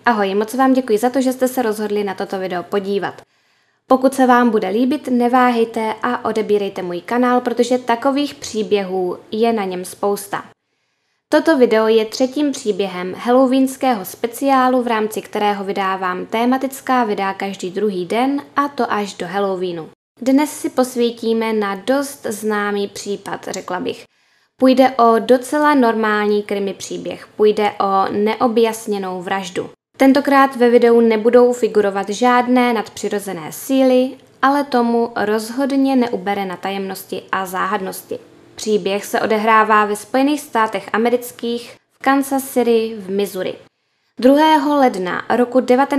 Ahoj, moc vám děkuji za to, že jste se rozhodli na toto video podívat. Pokud se vám bude líbit, neváhejte a odebírejte můj kanál, protože takových příběhů je na něm spousta. Toto video je třetím příběhem halloweenského speciálu, v rámci kterého vydávám tématická videa každý druhý den, a to až do Halloweenu. Dnes si posvítíme na dost známý případ, řekla bych. Půjde o docela normální krimi příběh, půjde o neobjasněnou vraždu. Tentokrát ve videu nebudou figurovat žádné nadpřirozené síly, ale tomu rozhodně neubere na tajemnosti a záhadnosti. Příběh se odehrává ve Spojených státech amerických v Kansas City v Missouri. 2. ledna roku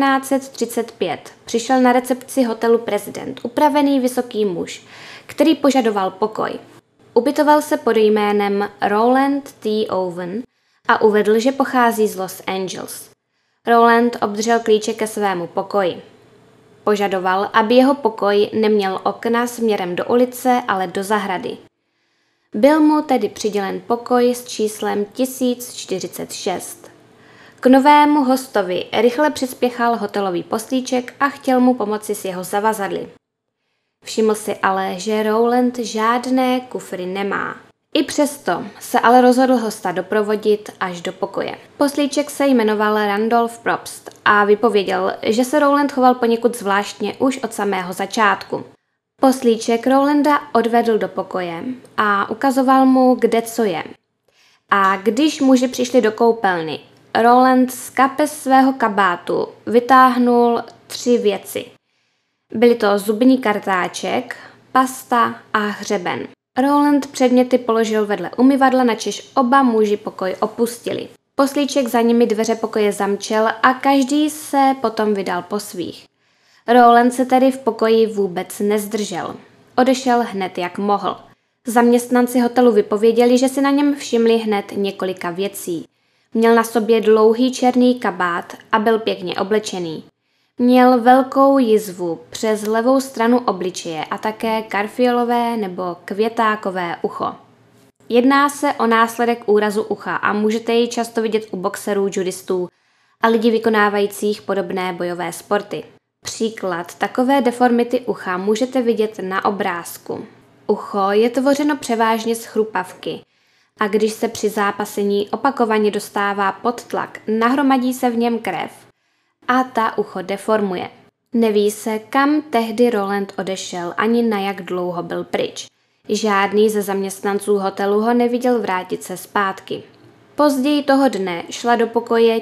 1935 přišel na recepci hotelu Prezident upravený vysoký muž, který požadoval pokoj. Ubytoval se pod jménem Roland T. Owen a uvedl, že pochází z Los Angeles. Roland obdržel klíče ke svému pokoji. Požadoval, aby jeho pokoj neměl okna směrem do ulice, ale do zahrady. Byl mu tedy přidělen pokoj s číslem 1046. K novému hostovi rychle přispěchal hotelový poslíček a chtěl mu pomoci s jeho zavazadly. Všiml si ale, že Roland žádné kufry nemá. I přesto se ale rozhodl hosta doprovodit až do pokoje. Poslíček se jmenoval Randolph Probst a vypověděl, že se Roland choval poněkud zvláštně už od samého začátku. Poslíček Rolanda odvedl do pokoje a ukazoval mu, kde co je. A když muži přišli do koupelny, Roland z kapes svého kabátu vytáhnul 3 věci. Byly to zubní kartáček, pasta a hřeben. Roland předměty položil vedle umyvadla, načež oba muži pokoj opustili. Poslíček za nimi dveře pokoje zamčel a každý se potom vydal po svých. Roland se tedy v pokoji vůbec nezdržel. Odešel hned jak mohl. Zaměstnanci hotelu vypověděli, že si na něm všimli hned několika věcí. Měl na sobě dlouhý černý kabát a byl pěkně oblečený. Měl velkou jizvu přes levou stranu obličeje a také karfiolové nebo květákové ucho. Jedná se o následek úrazu ucha a můžete ji často vidět u boxerů, judistů a lidí vykonávajících podobné bojové sporty. Příklad takové deformity ucha můžete vidět na obrázku. Ucho je tvořeno převážně z chrupavky a když se při zápasení opakovaně dostává pod tlak, nahromadí se v něm krev a ta ucho deformuje. Neví se, kam tehdy Roland odešel ani na jak dlouho byl pryč. Žádný ze zaměstnanců hotelu ho neviděl vrátit se zpátky. Později toho dne šla do pokoje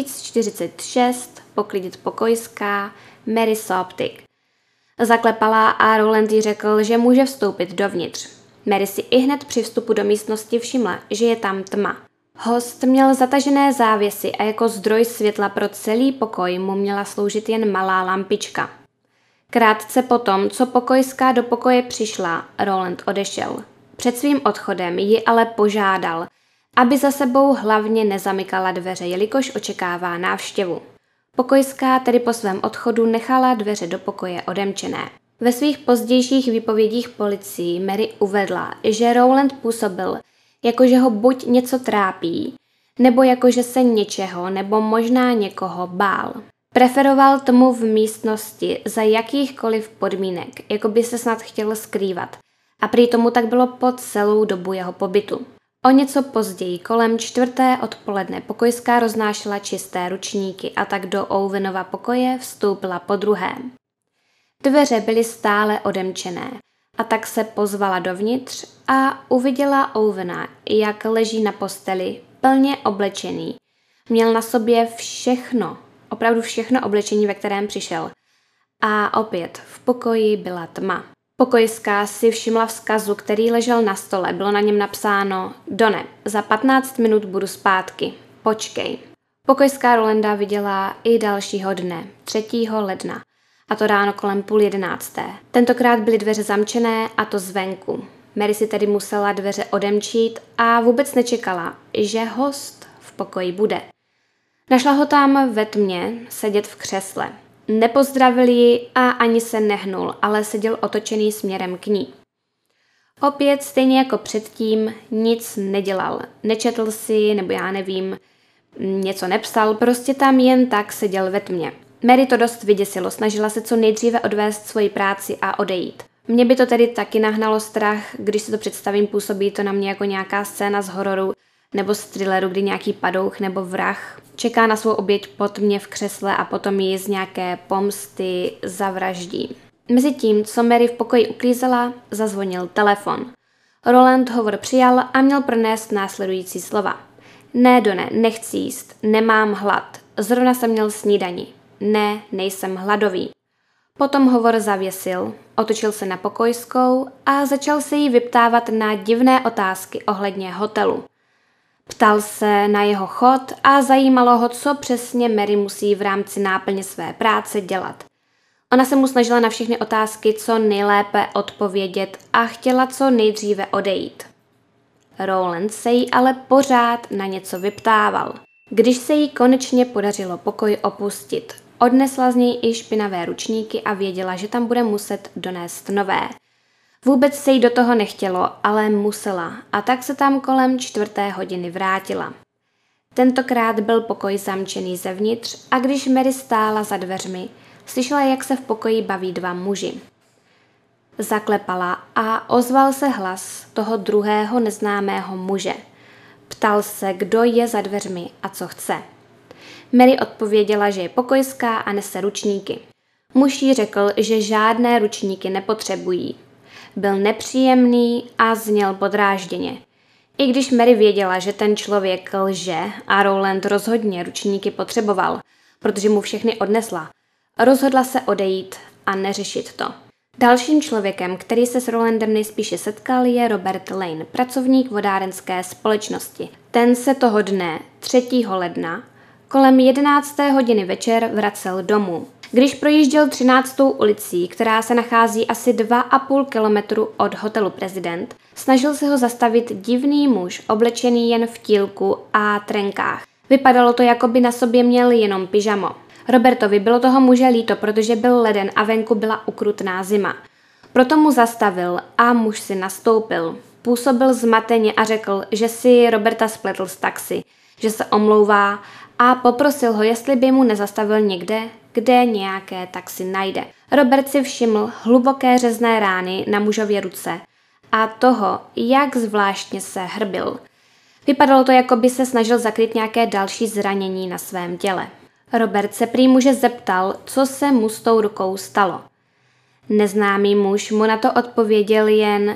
1046 poklidit pokojská Mary Soptic. Zaklepala a Roland jí řekl, že může vstoupit dovnitř. Mary si ihned při vstupu do místnosti všimla, že je tam tma. Host měl zatažené závěsy a jako zdroj světla pro celý pokoj mu měla sloužit jen malá lampička. Krátce potom, co pokojská do pokoje přišla, Roland odešel. Před svým odchodem ji ale požádal, aby za sebou hlavně nezamykala dveře, jelikož očekává návštěvu. Pokojská tedy po svém odchodu nechala dveře do pokoje odemčené. Ve svých pozdějších výpovědích policii Mary uvedla, že Roland působil, jakože ho buď něco trápí, nebo jakože se něčeho nebo možná někoho bál. Preferoval tmu v místnosti za jakýchkoliv podmínek, jako by se snad chtěl skrývat. A prý tomu tak bylo po celou dobu jeho pobytu. O něco později, kolem 4. odpoledne, pokojská roznášela čisté ručníky a tak do Owenova pokoje vstoupila podruhé. Dveře byly stále odemčené a tak se pozvala dovnitř a uviděla Owena, jak leží na posteli, plně oblečený. Měl na sobě všechno, opravdu všechno oblečení, ve kterém přišel. A opět v pokoji byla tma. Pokojská si všimla vzkazu, který ležel na stole. Bylo na něm napsáno: Done, za 15 minut budu zpátky. Počkej. Pokojská Rolanda viděla i dalšího dne, 3. ledna, a to ráno kolem 10:30. Tentokrát byly dveře zamčené, a to zvenku. Mary si tedy musela dveře odemčít a vůbec nečekala, že host v pokoji bude. Našla ho tam ve tmě sedět v křesle. Nepozdravil ji a ani se nehnul, ale seděl otočený směrem k ní. Opět stejně jako předtím nic nedělal. Nečetl si, nebo já nevím, něco nepsal, prostě tam jen tak seděl ve tmě. Mary to dost vyděsilo, snažila se co nejdříve odvést svoji práci a odejít. Mě by to tedy taky nahnalo strach, když si to představím, působí to na mě jako nějaká scéna z hororu nebo z thrilleru, kdy nějaký padouch nebo vrah čeká na svou oběť pod mě v křesle a potom ji z nějaké pomsty zavraždí. Mezitím, co Mary v pokoji uklízela, zazvonil telefon. Roland hovor přijal a měl pronést následující slova. Ne, Done, nechci jíst, nemám hlad, zrovna jsem měl snídani. Ne, nejsem hladový. Potom hovor zavěsil, otočil se na pokojskou a začal se jí vyptávat na divné otázky ohledně hotelu. Ptal se na jeho chod a zajímalo ho, co přesně Mary musí v rámci náplně své práce dělat. Ona se mu snažila na všechny otázky co nejlépe odpovědět a chtěla co nejdříve odejít. Roland se jí ale pořád na něco vyptával. Když se jí konečně podařilo pokoj opustit, odnesla z něj i špinavé ručníky a věděla, že tam bude muset donést nové. Vůbec se jí do toho nechtělo, ale musela a tak se tam kolem 4:00 vrátila. Tentokrát byl pokoj zamčený zevnitř a když Mary stála za dveřmi, slyšela, jak se v pokoji baví 2 muži. Zaklepala a ozval se hlas toho druhého neznámého muže. Ptal se, kdo je za dveřmi a co chce. Mary odpověděla, že je pokojská a nese ručníky. Muž jí řekl, že žádné ručníky nepotřebují. Byl nepříjemný a zněl podrážděně. I když Mary věděla, že ten člověk lže a Roland rozhodně ručníky potřeboval, protože mu všechny odnesla, rozhodla se odejít a neřešit to. Dalším člověkem, který se s Rolandem nejspíše setkal, je Robert Lane, pracovník vodárenské společnosti. Ten se toho dne, 3. ledna, kolem 11:00 večer vracel domů. Když projížděl 13. ulicí, která se nachází asi 2,5 kilometru od hotelu Prezident, snažil se ho zastavit divný muž oblečený jen v tílku a trenkách. Vypadalo to, jako by na sobě měl jenom pyžamo. Robertovi bylo toho muže líto, protože byl leden a venku byla ukrutná zima. Proto mu zastavil a muž si nastoupil. Působil zmateně a řekl, že si Roberta spletl z taxi, že se omlouvá a poprosil ho, jestli by mu nezastavil někde, kde nějaké taxi najde. Robert si všiml hluboké řezné rány na mužově ruce a toho, jak zvláštně se hrbil. Vypadalo to, jako by se snažil zakrýt nějaké další zranění na svém těle. Robert se prý muže zeptal, co se mu s tou rukou stalo. Neznámý muž mu na to odpověděl jen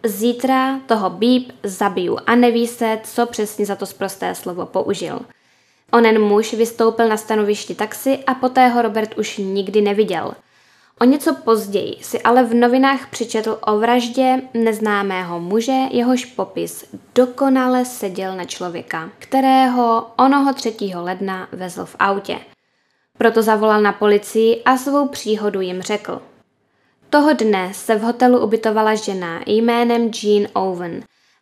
zítra toho bíp zabiju a neví se, co přesně za to sprosté slovo použil. Onen muž vystoupil na stanovišti taxi a poté ho Robert už nikdy neviděl. O něco později si ale v novinách přečetl o vraždě neznámého muže, jehož popis dokonale seděl na člověka, kterého onoho 3. ledna vezl v autě. Proto zavolal na policii a svou příhodu jim řekl. Toho dne se v hotelu ubytovala žena jménem Jean Owen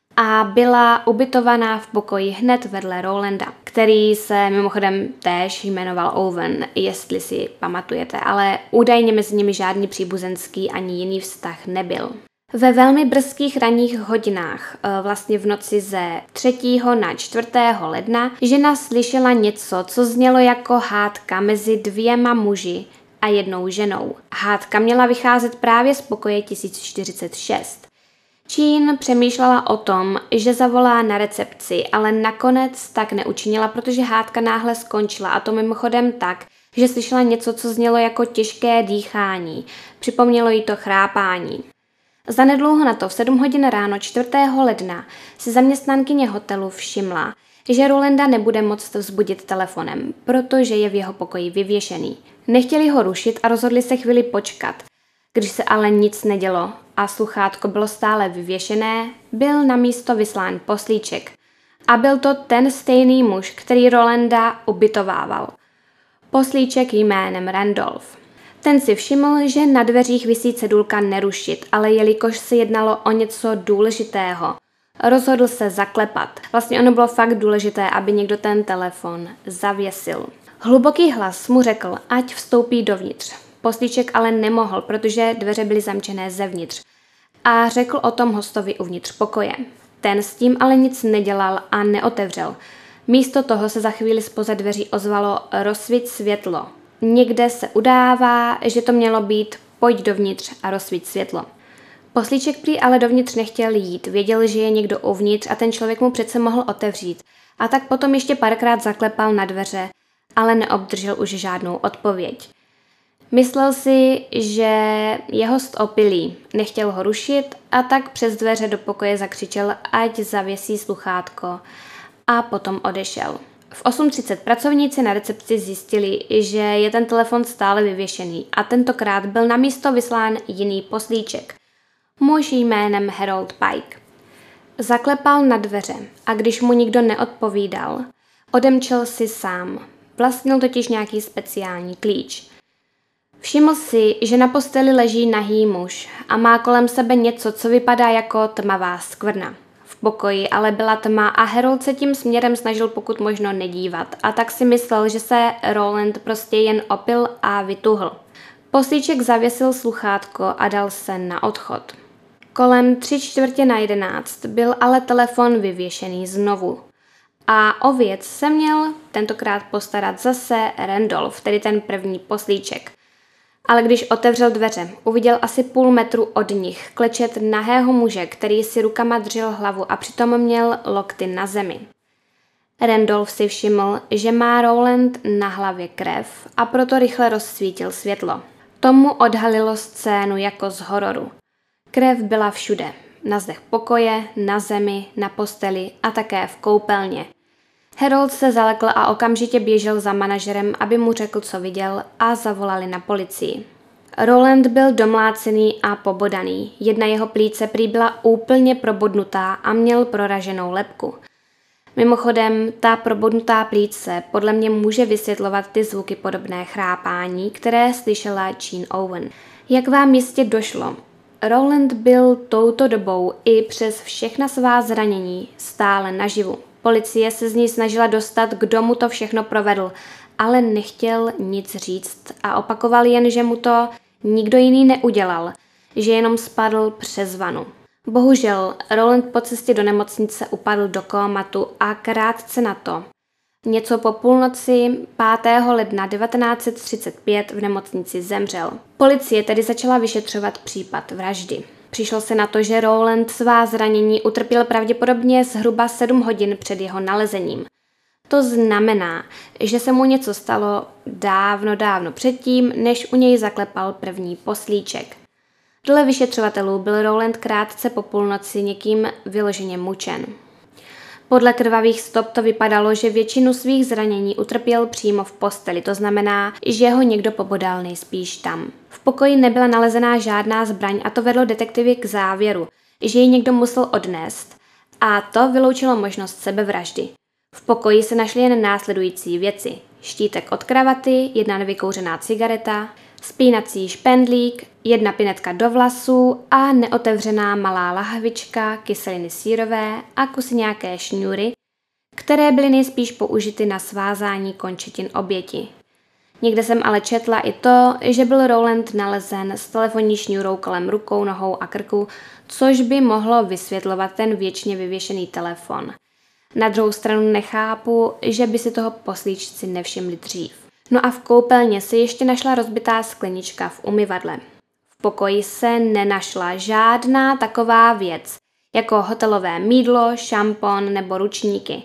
a byla ubytovaná v pokoji hned vedle Rolanda, který se mimochodem též jmenoval Owen, jestli si pamatujete, ale údajně mezi nimi žádný příbuzenský ani jiný vztah nebyl. Ve velmi brzkých ranních hodinách, vlastně v noci ze 3. na 4. ledna, žena slyšela něco, co znělo jako hádka mezi 2 muži a 1 ženou. Hádka měla vycházet právě z pokoje 1046. Jean přemýšlela o tom, že zavolá na recepci, ale nakonec tak neučinila, protože hádka náhle skončila a to mimochodem tak, že slyšela něco, co znělo jako těžké dýchání. Připomnělo jí to chrápání. Zanedlouho na to v 7 hodin ráno 4. ledna si zaměstnankyně hotelu všimla, že Rolanda nebude moct vzbudit telefonem, protože je v jeho pokoji vyvěšený. Nechtěli ho rušit a rozhodli se chvíli počkat. Když se ale nic nedělo a sluchátko bylo stále vyvěšené, byl na místo vyslán poslíček. A byl to ten stejný muž, který Rolanda ubytovával. Poslíček jménem Randolph. Ten si všiml, že na dveřích visí cedulka nerušit, ale jelikož se jednalo o něco důležitého, rozhodl se zaklepat. Vlastně ono bylo fakt důležité, aby někdo ten telefon zavěsil. Hluboký hlas mu řekl, ať vstoupí dovnitř. Poslíček ale nemohl, protože dveře byly zamčené zevnitř. A řekl o tom hostovi uvnitř pokoje. Ten s tím ale nic nedělal a neotevřel. Místo toho se za chvíli zpoza dveří ozvalo rozsvít světlo. Někde se udává, že to mělo být pojď dovnitř a rozsvít světlo. Poslíček prý ale dovnitř nechtěl jít, věděl, že je někdo uvnitř a ten člověk mu přece mohl otevřít. A tak potom ještě párkrát zaklepal na dveře, ale neobdržel už žádnou odpověď. Myslel si, že je host opilý, nechtěl ho rušit a tak přes dveře do pokoje zakřičel, ať zavěsí sluchátko a potom odešel. V 8:30 pracovníci na recepci zjistili, že je ten telefon stále vyvěšený a tentokrát byl na místo vyslán jiný poslíček. Muž jménem Harold Pike. Zaklepal na dveře a když mu nikdo neodpovídal, odemčel si sám. Vlastnil totiž nějaký speciální klíč. Všiml si, že na posteli leží nahý muž a má kolem sebe něco, co vypadá jako tmavá skvrna. V pokoji ale byla tma a Harold se tím směrem snažil pokud možno nedívat a tak si myslel, že se Roland prostě jen opil a vytuhl. Poslíček zavěsil sluchátko a dal se na odchod. Kolem 11:45 byl ale telefon vyvěšený znovu. A o věc se měl tentokrát postarat zase Randolph, tedy ten první poslíček. Ale když otevřel dveře, uviděl asi půl metru od nich klečet nahého muže, který si rukama držel hlavu a přitom měl lokty na zemi. Randolph si všiml, že má Roland na hlavě krev a proto rychle rozsvítil světlo. Tomu odhalilo scénu jako z hororu. Krev byla všude. Na zdech pokoje, na zemi, na posteli a také v koupelně. Harold se zalekl a okamžitě běžel za manažerem, aby mu řekl, co viděl, a zavolali na policii. Roland byl domlácený a pobodaný. Jedna jeho plíce prý byla úplně probodnutá a měl proraženou lebku. Mimochodem, ta probodnutá plíce podle mě může vysvětlovat ty zvuky podobné chrápání, které slyšela Jean Owen. Jak vám jistě došlo, Roland byl touto dobou i přes všechna svá zranění stále naživu. Policie se z ní snažila dostat, kdo mu to všechno provedl, ale nechtěl nic říct a opakoval jen, že mu to nikdo jiný neudělal, že jenom spadl přes vanu. Bohužel Roland po cestě do nemocnice upadl do kómatu a krátce na to, něco po půlnoci 5. ledna 1935 v nemocnici zemřel. Policie tedy začala vyšetřovat případ vraždy. Přišlo se na to, že Roland svá zranění utrpěl pravděpodobně zhruba 7 hodin před jeho nalezením. To znamená, že se mu něco stalo dávno předtím, než u něj zaklepal první poslíček. Dle vyšetřovatelů byl Roland krátce po půlnoci někým vyloženě mučen. Podle krvavých stop to vypadalo, že většinu svých zranění utrpěl přímo v posteli, to znamená, že ho někdo pobodal nejspíš tam. V pokoji nebyla nalezená žádná zbraň a to vedlo detektivy k závěru, že ji někdo musel odnést. A to vyloučilo možnost sebevraždy. V pokoji se našly jen následující věci. Štítek od kravaty, jedna nevykouřená cigareta, spínací špendlík, jedna pinetka do vlasů a neotevřená malá lahvička kyseliny sýrové a kusy nějaké šňůry, které byly nejspíš použity na svázání končetin oběti. Někde jsem ale četla i to, že byl Roland nalezen s telefonní šňůrou kolem rukou, nohou a krku, což by mohlo vysvětlovat ten věčně vyvěšený telefon. Na druhou stranu nechápu, že by si toho poslíčci nevšimli dřív. No a v koupelně se ještě našla rozbitá sklenička v umyvadle. V pokoji se nenašla žádná taková věc, jako hotelové mýdlo, šampon nebo ručníky.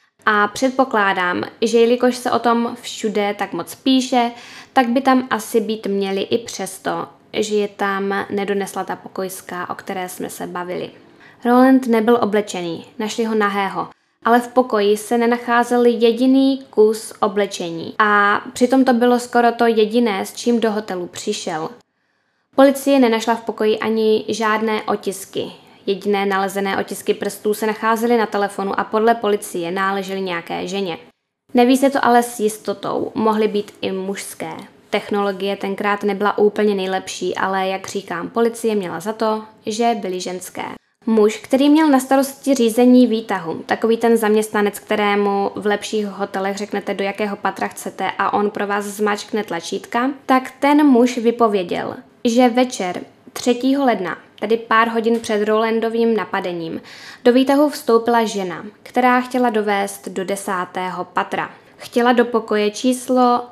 A předpokládám, že jelikož se o tom všude tak moc píše, tak by tam asi být měli i přesto, že je tam nedonesla ta pokojská, o které jsme se bavili. Roland nebyl oblečený, našli ho nahého, ale v pokoji se nenacházel jediný kus oblečení a přitom to bylo skoro to jediné, s čím do hotelu přišel. Policie nenašla v pokoji ani žádné otisky. Jediné nalezené otisky prstů se nacházely na telefonu a podle policie náležely nějaké ženě. Neví se to ale s jistotou, mohly být i mužské. Technologie tenkrát nebyla úplně nejlepší, ale jak říkám, policie měla za to, že byly ženské. Muž, který měl na starosti řízení výtahu, takový ten zaměstnanec, kterému v lepších hotelech řeknete, do jakého patra chcete a on pro vás zmáčkne tlačítka, tak ten muž vypověděl, že večer 3. ledna tedy pár hodin před Rowlandovým napadením, do výtahu vstoupila žena, která chtěla dovést do 10. patra. Chtěla do pokoje číslo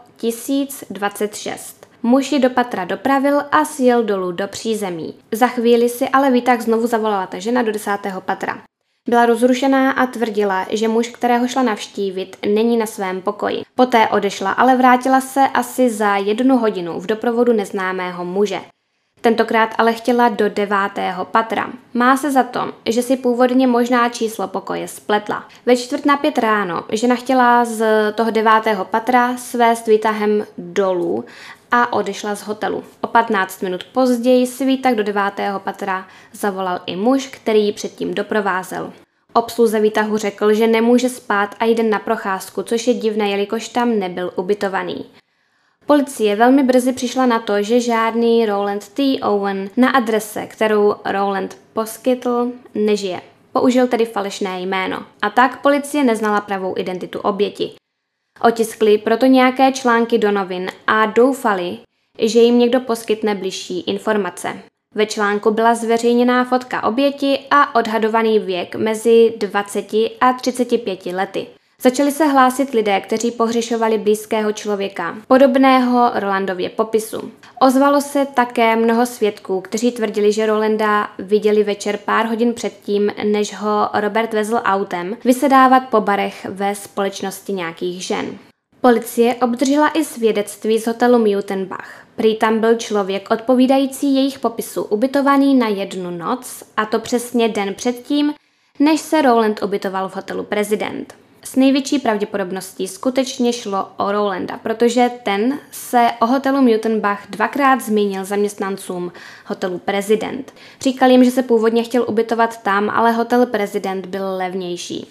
1026. Muž ji do patra dopravil a sjel dolů do přízemí. Za chvíli si ale výtah znovu zavolala ta žena do 10. patra. Byla rozrušená a tvrdila, že muž, kterého šla navštívit, není na svém pokoji. Poté odešla, ale vrátila se asi za 1 hodinu v doprovodu neznámého muže. Tentokrát ale chtěla do 9. patra. Má se za to, že si původně možná číslo pokoje spletla. Ve 4:45 ráno žena chtěla z toho 9. patra svést výtahem dolů a odešla z hotelu. O 15 minut později si výtah do 9. patra zavolal i muž, který ji předtím doprovázel. Obsluze výtahu řekl, že nemůže spát a jde na procházku, což je divné, jelikož tam nebyl ubytovaný. Policie velmi brzy přišla na to, že žádný Rowland T. Owen na adrese, kterou Rowland poskytl, nežije. Použil tedy falešné jméno. A tak policie neznala pravou identitu oběti. Otiskli proto nějaké články do novin a doufali, že jim někdo poskytne bližší informace. Ve článku byla zveřejněná fotka oběti a odhadovaný věk mezi 20 a 35 lety. Začali se hlásit lidé, kteří pohřešovali blízkého člověka, podobného Rowlandově popisu. Ozvalo se také mnoho svědků, kteří tvrdili, že Rowlanda viděli večer pár hodin předtím, než ho Robert vezl autem, vysedávat po barech ve společnosti nějakých žen. Policie obdržela i svědectví z hotelu Mutenbach. Prý tam byl člověk odpovídající jejich popisu ubytovaný na 1 noc, a to přesně den předtím, než se Rowland ubytoval v hotelu Prezident. S největší pravděpodobností skutečně šlo o Rowlanda, protože ten se o hotelu Mutenbach 2krát zmínil zaměstnancům hotelu Prezident. Říkal jim, že se původně chtěl ubytovat tam, ale hotel Prezident byl levnější.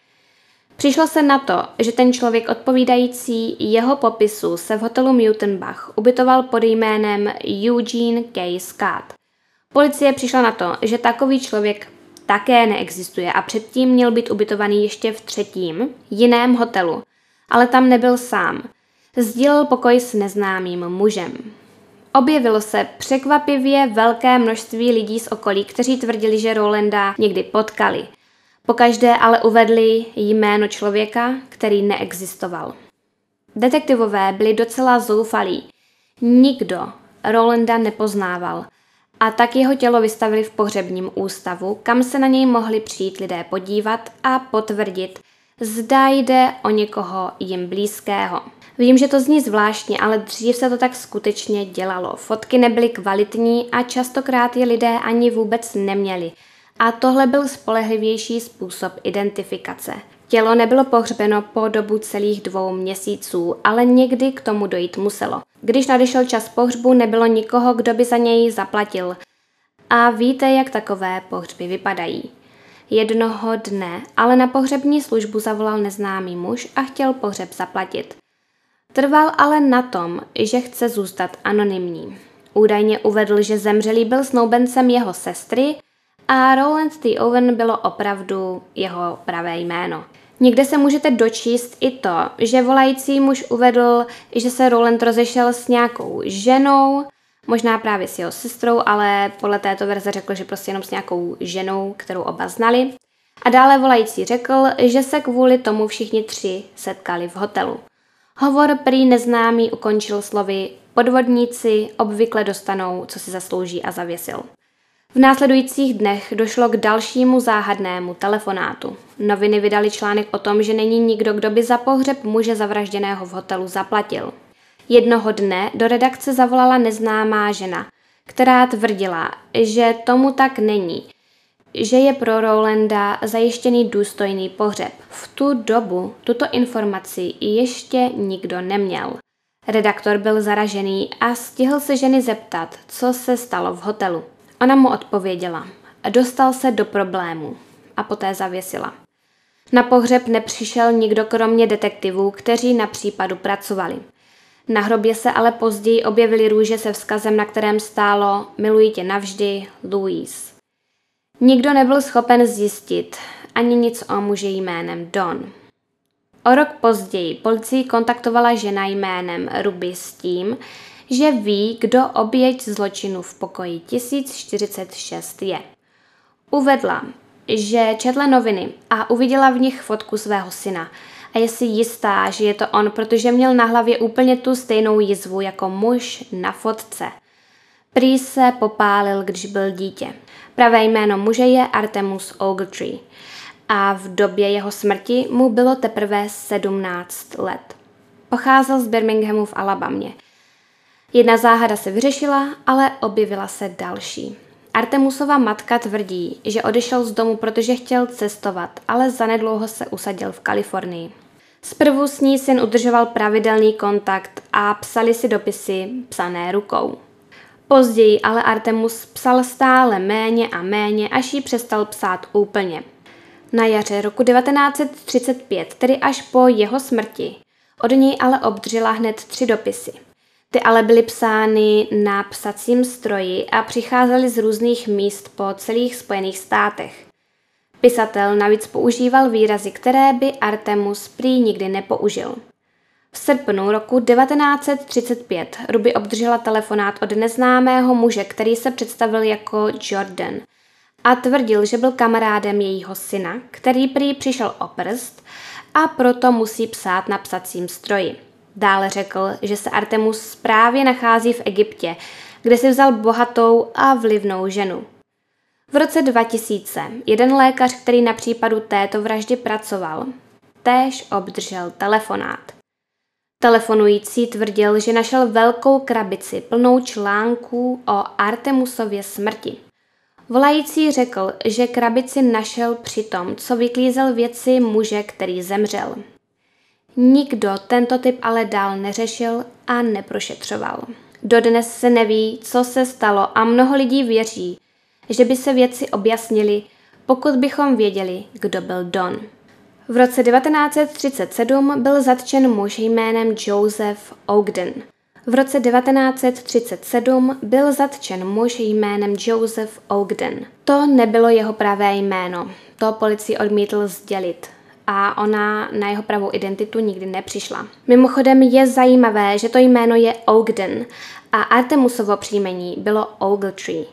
Přišlo se na to, že ten člověk odpovídající jeho popisu se v hotelu Mutenbach ubytoval pod jménem Eugene K. Scott. Policie přišla na to, že takový člověk také neexistuje a předtím měl být ubytovaný ještě v 3. jiném hotelu, ale tam nebyl sám. Sdílel pokoj s neznámým mužem. Objevilo se překvapivě velké množství lidí z okolí, kteří tvrdili, že Rowlanda někdy potkali. Pokaždé ale uvedli jméno člověka, který neexistoval. Detektivové byli docela zoufalí. Nikdo Rowlanda nepoznával. A tak jeho tělo vystavili v pohřebním ústavu, kam se na něj mohli přijít lidé podívat a potvrdit, zda jde o někoho jim blízkého. Vím, že to zní zvláštně, ale dřív se to tak skutečně dělalo. Fotky nebyly kvalitní a častokrát je lidé ani vůbec neměli. A tohle byl spolehlivější způsob identifikace. Tělo nebylo pohřbeno po dobu celých 2 měsíců, ale někdy k tomu dojít muselo. Když nadešel čas pohřbu, nebylo nikoho, kdo by za něj zaplatil. A víte, jak takové pohřby vypadají. Jednoho dne ale na pohřební službu zavolal neznámý muž a chtěl pohřeb zaplatit. Trval ale na tom, že chce zůstat anonymní. Údajně uvedl, že zemřelý byl snoubencem jeho sestry a Rowland T. Owen bylo opravdu jeho pravé jméno. Někde se můžete dočíst i to, že volající muž uvedl, že se Rowland rozešel s nějakou ženou, možná právě s jeho sestrou, ale podle této verze řekl, že prostě jenom s nějakou ženou, kterou oba znali. A dále volající řekl, že se kvůli tomu všichni 3 setkali v hotelu. Hovor prý neznámý ukončil slovy: podvodníci obvykle dostanou, co si zaslouží, a zavěsil. V následujících dnech došlo k dalšímu záhadnému telefonátu. Noviny vydali článek o tom, že není nikdo, kdo by za pohřeb muže zavražděného v hotelu zaplatil. Jednoho dne do redakce zavolala neznámá žena, která tvrdila, že tomu tak není, že je pro Rowlanda zajištěný důstojný pohřeb. V tu dobu tuto informaci ještě nikdo neměl. Redaktor byl zaražený a stihl se ženy zeptat, co se stalo v hotelu. Ona mu odpověděla: dostal se do problému, a poté zavěsila. Na pohřeb nepřišel nikdo kromě detektivů, kteří na případu pracovali. Na hrobě se ale později objevily růže se vzkazem, na kterém stálo: miluji tě navždy, Louise. Nikdo nebyl schopen zjistit ani nic o muži jménem Don. O rok později policii kontaktovala žena jménem Ruby s tím, že ví, kdo oběť zločinu v pokoji 1046 je. Uvedla, že četla noviny a uviděla v nich fotku svého syna a je si jistá, že je to on, protože měl na hlavě úplně tu stejnou jizvu jako muž na fotce. Prý se popálil, když byl dítě. Pravé jméno muže je Artemus Ogletree a v době jeho smrti mu bylo teprve 17 let. Pocházel z Birminghamu v Alabamě. Jedna záhada se vyřešila, ale objevila se další. Artemusova matka tvrdí, že odešel z domu, protože chtěl cestovat, ale zanedlouho se usadil v Kalifornii. Zprvu s ní syn udržoval pravidelný kontakt a psali si dopisy psané rukou. Později ale Artemus psal stále méně a méně, až ji přestal psát úplně. Na jaře roku 1935, tedy až po jeho smrti, od něj ale obdržela hned 3 dopisy. Ty ale byly psány na psacím stroji a přicházely z různých míst po celých Spojených státech. Pisatel navíc používal výrazy, které by Artemus prý nikdy nepoužil. V srpnu roku 1935 Ruby obdržela telefonát od neznámého muže, který se představil jako Jordan a tvrdil, že byl kamarádem jejího syna, který prý přišel o prst a proto musí psát na psacím stroji. Dále řekl, že se Artemus právě nachází v Egyptě, kde si vzal bohatou a vlivnou ženu. V roce 2000 jeden lékař, který na případu této vraždy pracoval, též obdržel telefonát. Telefonující tvrdil, že našel velkou krabici plnou článků o Artemusově smrti. Volající řekl, že krabici našel při tom, co vyklízel věci muže, který zemřel. Nikdo tento typ ale dál neřešil a neprošetřoval. Dodnes se neví, co se stalo a mnoho lidí věří, že by se věci objasnily, pokud bychom věděli, kdo byl Don. V roce 1937 byl zatčen muž jménem Joseph Ogden. V roce 1937 byl zatčen muž jménem Joseph Ogden. To nebylo jeho pravé jméno, to policii odmítl sdělit a ona na jeho pravou identitu nikdy nepřišla. Mimochodem je zajímavé, že to jméno je Ogden a Artemusovo příjmení bylo Ogletree.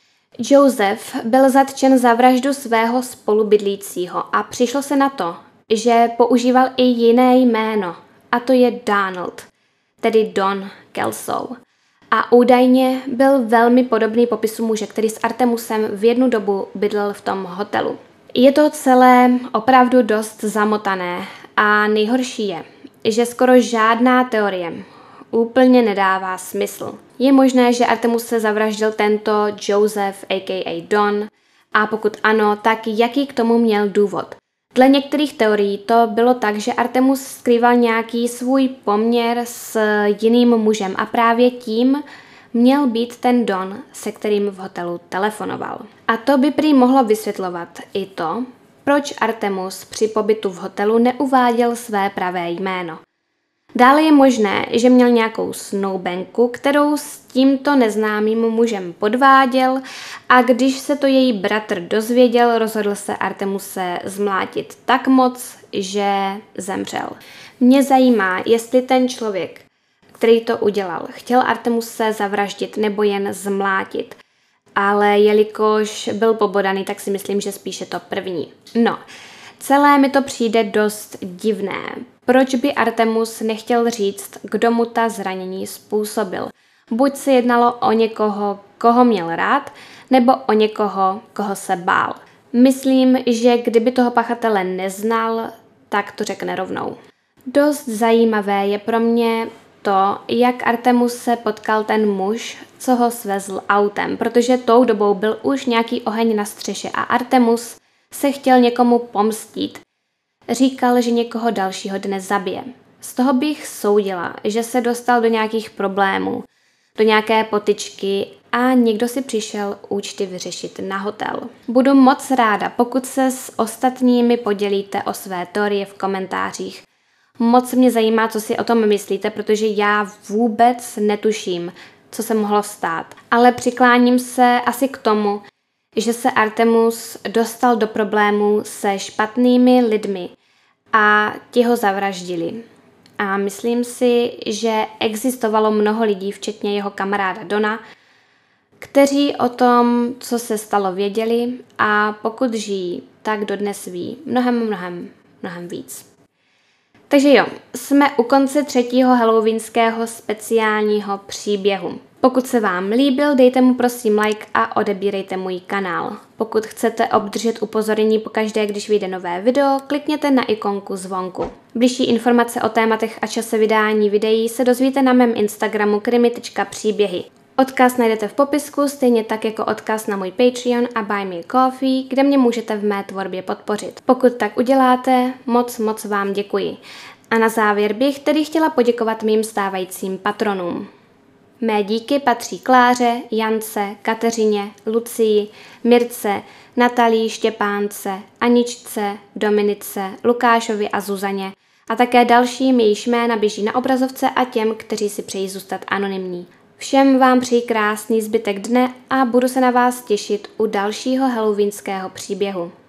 Joseph byl zatčen za vraždu svého spolubydlícího a přišlo se na to, že používal i jiné jméno, a to je Donald, tedy Don Kelso. A údajně byl velmi podobný popisu muže, který s Artemusem v jednu dobu bydlel v tom hotelu. Je to celé opravdu dost zamotané a nejhorší je, že skoro žádná teorie úplně nedává smysl. Je možné, že Artemus se zavraždil tento Joseph a.k.a. Don a pokud ano, tak jaký k tomu měl důvod? Dle některých teorií to bylo tak, že Artemus skrýval nějaký svůj poměr s jiným mužem a právě tím měl být ten Don, se kterým v hotelu telefonoval. A to by prý mohlo vysvětlovat i to, proč Artemus při pobytu v hotelu neuváděl své pravé jméno. Dále je možné, že měl nějakou snoubenku, kterou s tímto neznámým mužem podváděl a když se to její bratr dozvěděl, rozhodl se Artemuse zmlátit tak moc, že zemřel. Mě zajímá, jestli ten člověk, který to udělal, chtěl Artemuse zavraždit nebo jen zmlátit. Ale jelikož byl pobodaný, tak si myslím, že spíše to první. No, celé mi to přijde dost divné. Proč by Artemus nechtěl říct, kdo mu ta zranění způsobil? Buď se jednalo o někoho, koho měl rád, nebo o někoho, koho se bál. Myslím, že kdyby toho pachatele neznal, tak to řekne rovnou. Dost zajímavé je pro mě to, jak Artemus se potkal ten muž, co ho svezl autem, protože tou dobou byl už nějaký oheň na střeše a Artemus se chtěl někomu pomstít. Říkal, že někoho dalšího dnes zabije. Z toho bych soudila, že se dostal do nějakých problémů, do nějaké potyčky a někdo si přišel účty vyřešit na hotel. Budu moc ráda, pokud se s ostatními podělíte o své teorie v komentářích. Moc mě zajímá, co si o tom myslíte, protože já vůbec netuším, co se mohlo stát. Ale přikláním se asi k tomu, že se Artemus dostal do problémů se špatnými lidmi a ti ho zavraždili. a myslím si, že existovalo mnoho lidí, včetně jeho kamaráda Dona, kteří o tom, co se stalo, věděli a pokud žijí, tak dodnes ví mnohem víc. Takže jo, jsme u konce 3. halloweenského speciálního příběhu. Pokud se vám líbil, dejte mu prosím like a odebírejte můj kanál. Pokud chcete obdržet upozornění pokaždé, když vyjde nové video, klikněte na ikonku zvonku. Bližší informace o tématech a čase vydání videí se dozvíte na mém Instagramu krimi.příběhy. Odkaz najdete v popisku, stejně tak jako odkaz na můj Patreon a Buy Me Coffee, kde mě můžete v mé tvorbě podpořit. Pokud tak uděláte, moc vám děkuji. A na závěr bych tedy chtěla poděkovat mým stávajícím patronům. Mé díky patří Kláře, Jance, Kateřině, Lucii, Mirce, Natalii, Štěpánce, Aničce, Dominice, Lukášovi a Zuzaně a také dalším, jejichž jména běží na obrazovce a těm, kteří si přejí zůstat anonymní. Všem vám přeji krásný zbytek dne a budu se na vás těšit u dalšího halloweenského příběhu.